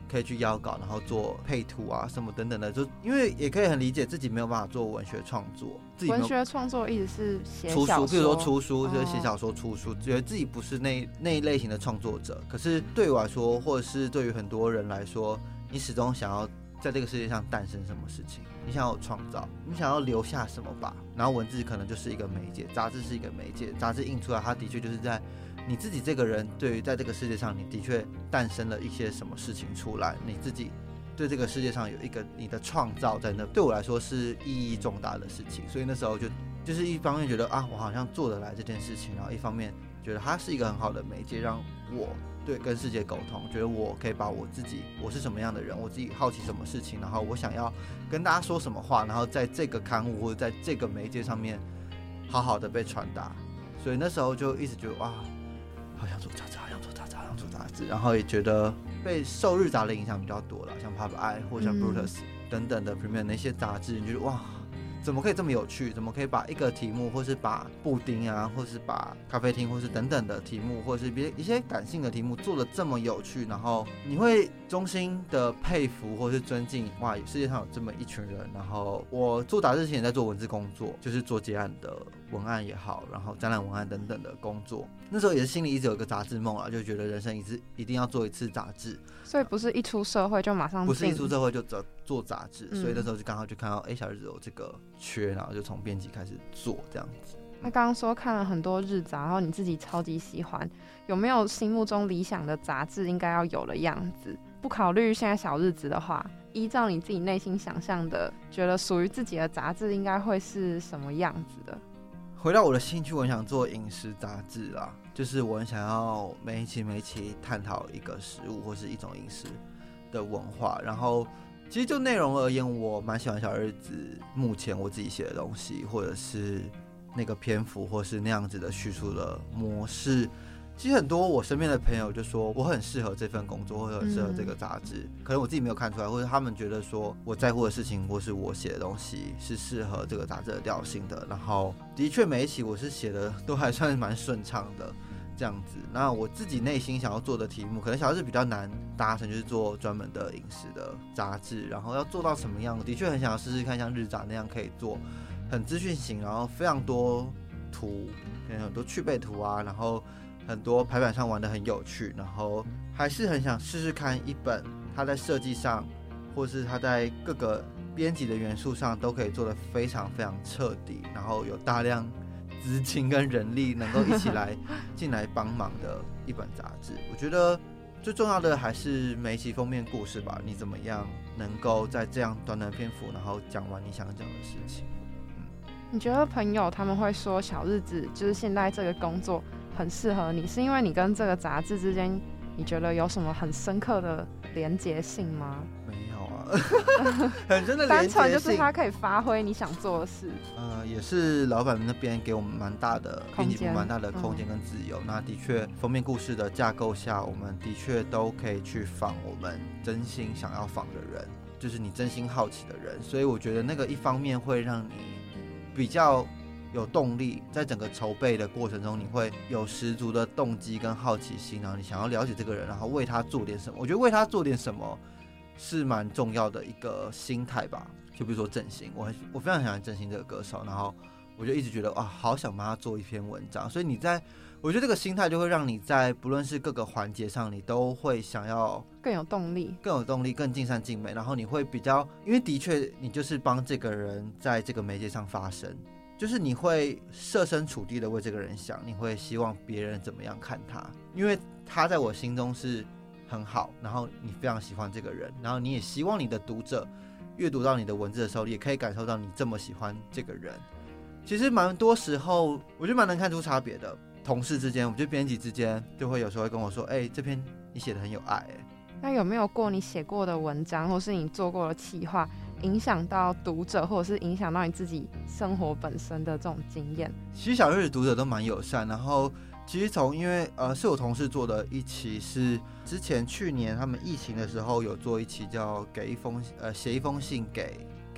可以去邀稿，然后做配图啊什么等等的，就因为也可以很理解自己没有办法做文学创作，自己文学创作意思是写出书，比如说出书， 哦、 就是写小说、出书，觉得自己不是那那一类型的创作者。可是对我来说，或者是对于很多人来说，你始终想要在这个世界上诞生什么事情，你想要创造，你想要留下什么吧。然后文字可能就是一个媒介，杂志是一个媒介，杂志印出来，它的确就是在你自己这个人对于在这个世界上，你的确诞生了一些什么事情出来，你自己对这个世界上有一个你的创造在那，对我来说是意义重大的事情。所以那时候就就是一方面觉得啊，我好像做得来这件事情，然后一方面觉得它是一个很好的媒介，让我对跟世界沟通，觉得我可以把我自己我是什么样的人，我自己好奇什么事情，然后我想要跟大家说什么话，然后在这个刊物或者在这个媒介上面好好的被传达。所以那时候就一直觉得哇，好想做杂志，好想做杂志，好想做杂志，然后也觉得被受日杂的影响比较多了，像 Pop Eye 或像 Brutus 等等的 Premiere 那些杂志，你觉得哇，怎么可以这么有趣？怎么可以把一个题目，或是把布丁啊，或是把咖啡厅，或是等等的题目，或是别一些感性的题目做得这么有趣，然后你会衷心的佩服或是尊敬，哇，世界上有这么一群人。然后我做杂志前也在做文字工作，就是做接案的文案也好，然后展览文案等等的工作。那时候也是心里一直有一个杂志梦啦，就觉得人生一次一定要做一次杂志。 所以不是一出社会就马上进， 不是一出社会就做做杂志、 嗯， 所以那时候就刚好就看到，哎、欸，小日子有这个缺，然后就从编辑开始做这样子。 那刚刚说看了很多日杂，然后你自己超级喜欢，有没有心目中理想的杂志应该要有的样子？不考虑现在小日子的话，依照你自己内心想象的，觉得属于自己的杂志应该会是什么样子的？ 回到我的兴趣，我很想做饮食杂志啦，就是我很想要每一期每一期探讨一个食物或是一种饮食的文化。然后其实就内容而言，我蛮喜欢小日子目前我自己写的东西，或者是那个篇幅，或是那样子的叙述的模式。其实很多我身边的朋友就说我很适合这份工作，或者很适合这个杂志、嗯、可能我自己没有看出来，或者他们觉得说我在乎的事情或是我写的东西是适合这个杂志的调性的。然后的确每一期我是写的都还算蛮顺畅的这样子。那我自己内心想要做的题目，可能小日子比较难达成，就是做专门的饮食的杂志。然后要做到什么样，的确很想要试试看，像日杂那样可以做很资讯型，然后非常多图，很多去背图啊，然后很多排版上玩得很有趣，然后还是很想试试看一本它在设计上，或是它在各个编辑的元素上都可以做得非常非常彻底，然后有大量资金跟人力能够一起来进来帮忙的一本杂志。我觉得最重要的还是每一期封面故事吧，你怎么样能够在这样短短的篇幅，然后讲完你想讲的事情。嗯， 你觉得朋友他们会说小日子就是现在这个工作很适合你，是因为你跟这个杂志之间你觉得有什么很深刻的连结性吗？ 没有啊很真的连结性， 单纯就是它可以发挥你想做的事。 呃，也是老板那边给我们蛮大的编辑部蛮大的空间跟自由、嗯、那的确封面故事的架构下，我们的确都可以去访我们真心想要访的人，就是你真心好奇的人。所以我觉得那个一方面会让你比较有动力，在整个筹备的过程中你会有十足的动机跟好奇心，然后你想要了解这个人，然后为他做点什么。我觉得为他做点什么是蛮重要的一个心态吧。就比如说郑兴，我很我非常喜欢郑兴这个歌手，然后我就一直觉得啊，好想帮他做一篇文章。所以你在我觉得这个心态就会让你在不论是各个环节上，你都会想要更有动力更有动力更尽善尽美。然后你会比较，因为的确你就是帮这个人在这个媒介上发声，就是你会设身处地的为这个人想，你会希望别人怎么样看他，因为他在我心中是很好，然后你非常喜欢这个人，然后你也希望你的读者阅读到你的文字的时候也可以感受到你这么喜欢这个人。其实蛮多时候我觉得蛮能看出差别的，同事之间，我觉得编辑之间就会有时候会跟我说，哎、欸，这篇你写得很有爱、欸、 那有没有过你写过的文章或是你做过的企划影响到读者，或者是影响到你自己生活本身的这种经验？ 其实小日子读者都蛮友善，然后其实从因为呃是我同事做的一期，是之前去年他们疫情的时候有做一期叫给一封呃写一封信给给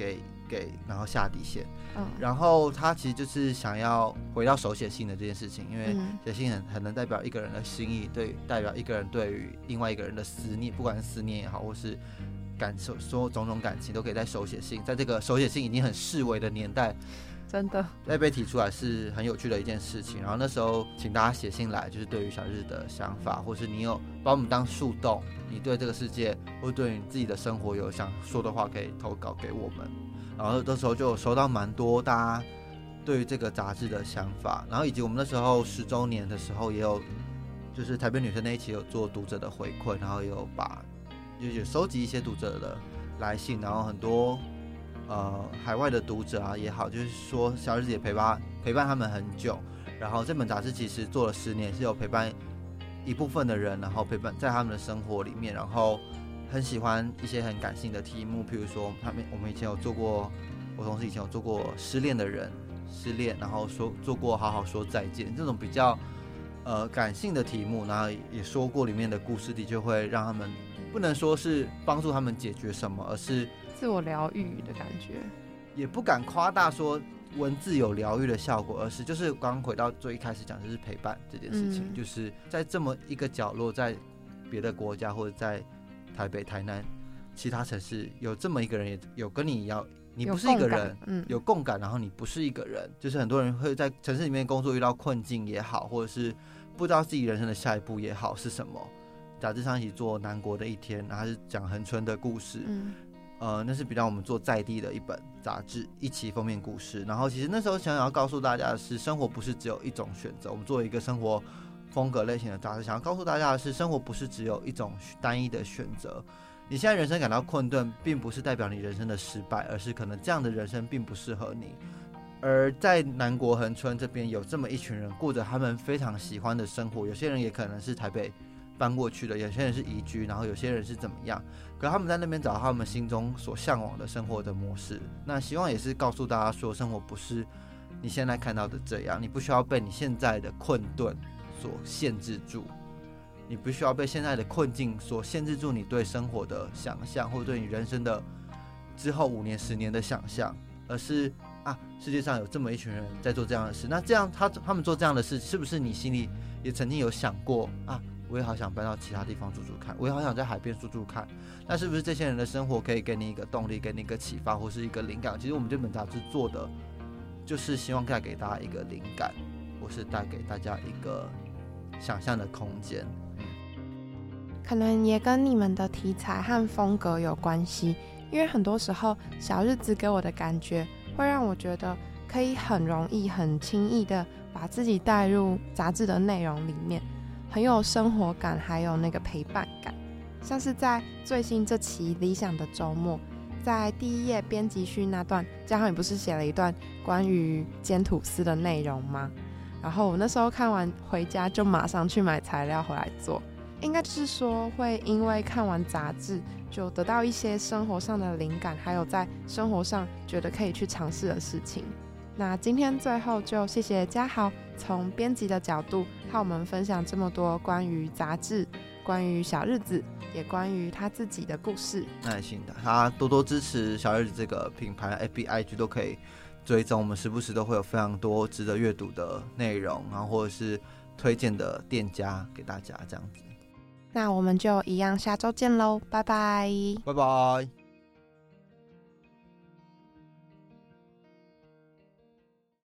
给然后下底线。 嗯， 然后他其实就是想要回到手写信的这件事情，因为写信很很能代表一个人的心意，对，代表一个人对于另外一个人的思念，不管是思念也好，或是感受，说种种感情都可以在手写信。在这个手写信已经很式微的年代， 真的再被提出来是很有趣的一件事情。然后那时候请大家写信来，就是对于小日的想法，或是你有把我们当树洞，你对这个世界或对你自己的生活有想说的话，可以投稿给我们。然后那时候就有收到蛮多大家对于这个杂志的想法，然后以及我们那时候十周年的时候也有，就是台北女生那一期有做读者的回馈，然后也有把就有收集一些读者的来信，然后很多呃海外的读者啊也好，就是说小日子也陪伴陪伴他们很久，然后这本杂志其实做了十年，是有陪伴一部分的人，然后陪伴在他们的生活里面，然后很喜欢一些很感性的题目，譬如说他们我们以前有做过，我同事以前有做过失恋的人失恋，然后说做过好好说再见这种比较呃感性的题目，然后也说过里面的故事的确会让他们不能说是帮助他们解决什么，而是自我疗愈的感觉， 也不敢夸大说文字有疗愈的效果，而是就是刚刚回到最一开始讲，就是陪伴这件事情，嗯、就是在这么一个角落，在别的国家或者在台北、台南其他城市有这么一个人，也有跟你一样，你不是一个人，有共感，嗯、有共感，然后你不是一个人，就是很多人会在城市里面工作遇到困境也好，或者是不知道自己人生的下一步也好是什么。杂志上一起做南国的一天，然后是讲恒春的故事，嗯、呃，那是比较我们做在地的一本杂志，一期封面故事。然后其实那时候想要告诉大家的是，生活不是只有一种选择。我们作为一个生活风格类型的杂志，想要告诉大家的是，生活不是只有一种单一的选择。你现在人生感到困顿，并不是代表你人生的失败，而是可能这样的人生并不适合你。而在南国恒春这边有这么一群人过着他们非常喜欢的生活，有些人也可能是台北搬过去的，有些人是移居，然后有些人是怎么样，可他们在那边找到他们心中所向往的生活的模式。那希望也是告诉大家说，生活不是你现在看到的这样，你不需要被你现在的困顿所限制住，你不需要被现在的困境所限制住你对生活的想象，或者对你人生的之后五年十年的想象，而是啊，世界上有这么一群人在做这样的事，那这样 他, 他们做这样的事，是不是你心里也曾经有想过啊，我也好想搬到其他地方住住看，我也好想在海边住住看，那是不是这些人的生活可以给你一个动力，给你一个启发，或是一个灵感？其实我们这本杂志做的就是希望带给大家一个灵感，或是带给大家一个想象的空间。 可能也跟你们的题材和风格有关系，因为很多时候小日子给我的感觉会让我觉得可以很容易很轻易的把自己带入杂志的内容里面，很有生活感，还有那个陪伴感。像是在最新这期理想的周末，在第一页编辑序那段，嘉豪你不是写了一段关于煎吐司的内容吗？然后我那时候看完回家就马上去买材料回来做，应该就是说会因为看完杂志就得到一些生活上的灵感，还有在生活上觉得可以去尝试的事情。那今天最后就谢谢嘉豪从编辑的角度和我们分享这么多关于杂志，关于小日子，也关于他自己的故事。 那也行的，他多多支持小日子这个品牌 F B I G 都可以追踪，我们时不时都会有非常多值得阅读的内容，然后或者是推荐的店家给大家这样子。 那我们就一样下周见咯，拜拜拜拜。